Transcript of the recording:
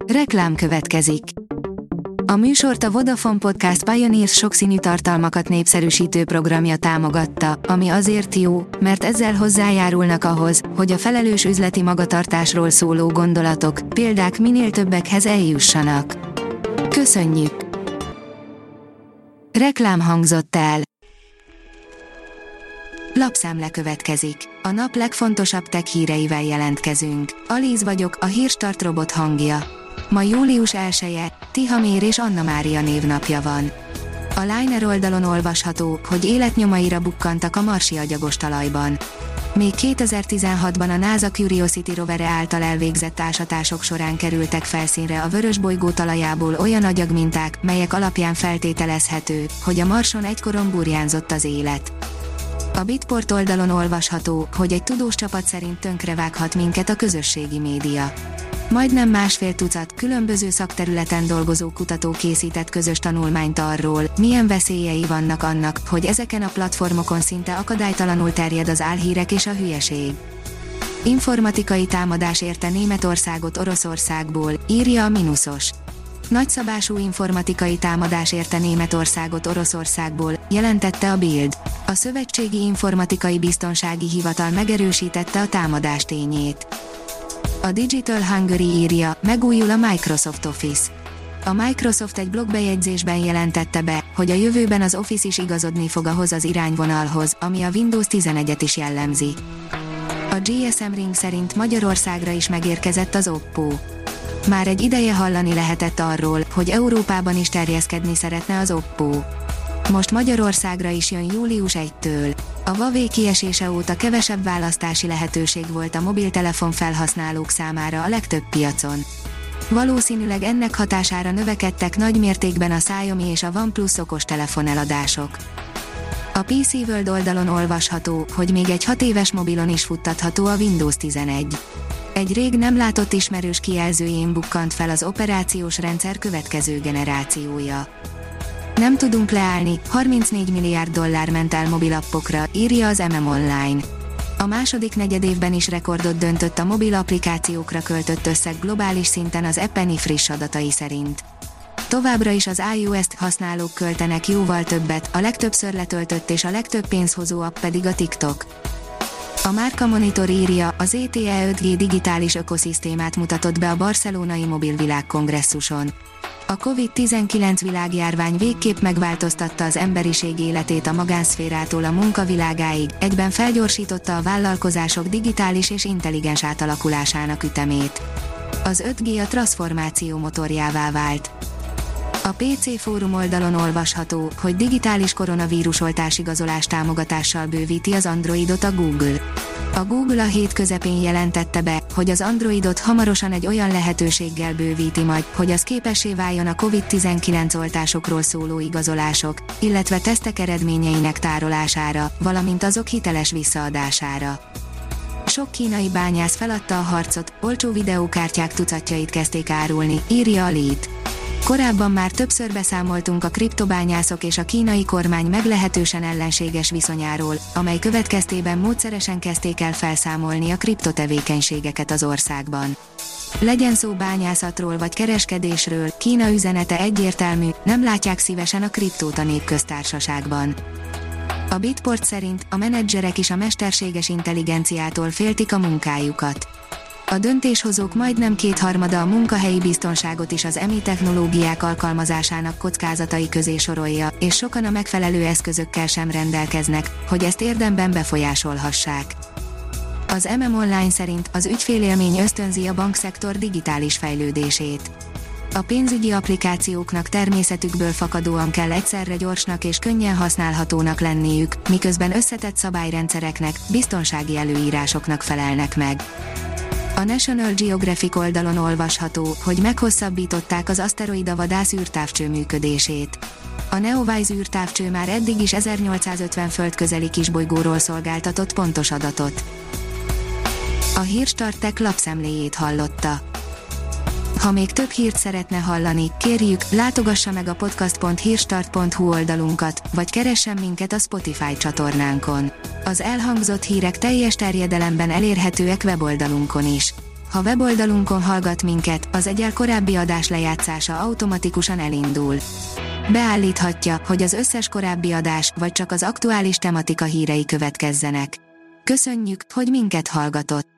Reklám következik. A műsort a Vodafone Podcast Pioneers sokszínű tartalmakat népszerűsítő programja támogatta, ami azért jó, mert ezzel hozzájárulnak ahhoz, hogy a felelős üzleti magatartásról szóló gondolatok, példák minél többekhez eljussanak. Köszönjük! Reklám hangzott el. Lapszemle következik. A nap legfontosabb tech híreivel jelentkezünk. Alíz vagyok, a Hírstart robot hangja. Ma július 1-e, Tihamér és Anna Mária névnapja van. A Liner oldalon olvasható, hogy életnyomaira bukkantak a marsi agyagos talajban. Még 2016-ban a NASA Curiosity rovere által elvégzett ásatások során kerültek felszínre a vörösbolygó talajából olyan agyagminták, melyek alapján feltételezhető, hogy a Marson egykoron burjánzott az élet. A Bitport oldalon olvasható, hogy egy tudós csapat szerint tönkrevághat minket a közösségi média. Majdnem 1,5 tucat különböző szakterületen dolgozó kutató készített közös tanulmányt arról, milyen veszélyei vannak annak, hogy ezeken a platformokon szinte akadálytalanul terjed az álhírek és a hülyeség. Informatikai támadás érte Németországot Oroszországból, írja a Minusos. Nagyszabású informatikai támadás érte Németországot Oroszországból, jelentette a Bild. A Szövetségi Informatikai Biztonsági Hivatal megerősítette a támadás tényét. A Digital Hungary írja, megújul a Microsoft Office. A Microsoft egy blogbejegyzésben jelentette be, hogy a jövőben az Office is igazodni fog ahhoz az irányvonalhoz, ami a Windows 11-et is jellemzi. A GSM Ring szerint Magyarországra is megérkezett az Oppo. Már egy ideje hallani lehetett arról, hogy Európában is terjeszkedni szeretne az Oppo. Most Magyarországra is jön július 1-től. A Huawei kiesése óta kevesebb választási lehetőség volt a mobiltelefon felhasználók számára a legtöbb piacon. Valószínűleg ennek hatására növekedtek nagy mértékben a Xiaomi és a OnePlus okostelefon eladások. A PC World oldalon olvasható, hogy még egy 6 éves mobilon is futtatható a Windows 11. Egy rég nem látott ismerős kijelzőjén bukkant fel az operációs rendszer következő generációja. Nem tudunk leállni, 34 milliárd dollár ment el mobilappokra, írja az Online. A második negyedévben is rekordot döntött a mobil applikációkra költött összeg globális szinten az Appeni friss adatai szerint. Továbbra is az iOS-t használók költenek jóval többet, a legtöbbször letöltött és a legtöbb pénzhozó app pedig a TikTok. A Márka Monitor írja, az ZTE 5G digitális ökoszisztémát mutatott be a barcelonai mobilvilág kongresszuson. A COVID-19 világjárvány végképp megváltoztatta az emberiség életét a magánszférától a munkavilágáig, egyben felgyorsította a vállalkozások digitális és intelligens átalakulásának ütemét. Az 5G a transformáció motorjává vált. A PC Fórum oldalon olvasható, hogy digitális koronavírusoltás igazolás támogatással bővíti az Androidot a Google. A Google a hét közepén jelentette be, hogy az Androidot hamarosan egy olyan lehetőséggel bővíti majd, hogy az képessé váljon a COVID-19 oltásokról szóló igazolások, illetve tesztek eredményeinek tárolására, valamint azok hiteles visszaadására. Sok kínai bányász feladta a harcot, olcsó videókártyák tucatjait kezdték árulni, írja a Lead. Korábban már többször beszámoltunk a kriptobányászok és a kínai kormány meglehetősen ellenséges viszonyáról, amely következtében módszeresen kezdték el felszámolni a kriptotevékenységeket az országban. Legyen szó bányászatról vagy kereskedésről, Kína üzenete egyértelmű, nem látják szívesen a kriptót a népköztársaságban. A Bitport szerint a menedzserek is a mesterséges intelligenciától féltik a munkájukat. A döntéshozók majdnem 2/3 a munkahelyi biztonságot is az EMI technológiák alkalmazásának kockázatai közé sorolja, és sokan a megfelelő eszközökkel sem rendelkeznek, hogy ezt érdemben befolyásolhassák. Az Online szerint az ügyfélélmény ösztönzi a bankszektor digitális fejlődését. A pénzügyi applikációknak természetükből fakadóan kell egyszerre gyorsnak és könnyen használhatónak lenniük, miközben összetett szabályrendszereknek, biztonsági előírásoknak felelnek meg. A National Geographic oldalon olvasható, hogy meghosszabbították az aszteroida vadász űrtávcső működését. A Neowise űrtávcső már eddig is 1850 földközeli kisbolygóról szolgáltatott pontos adatot. A Hírstart Tech lapszemléjét hallotta. Ha még több hírt szeretne hallani, kérjük, látogassa meg a podcast.hírstart.hu oldalunkat, vagy keressen minket a Spotify csatornánkon. Az elhangzott hírek teljes terjedelemben elérhetőek weboldalunkon is. Ha weboldalunkon hallgat minket, az egyel korábbi adás lejátszása automatikusan elindul. Beállíthatja, hogy az összes korábbi adás, vagy csak az aktuális tematika hírei következzenek. Köszönjük, hogy minket hallgatott!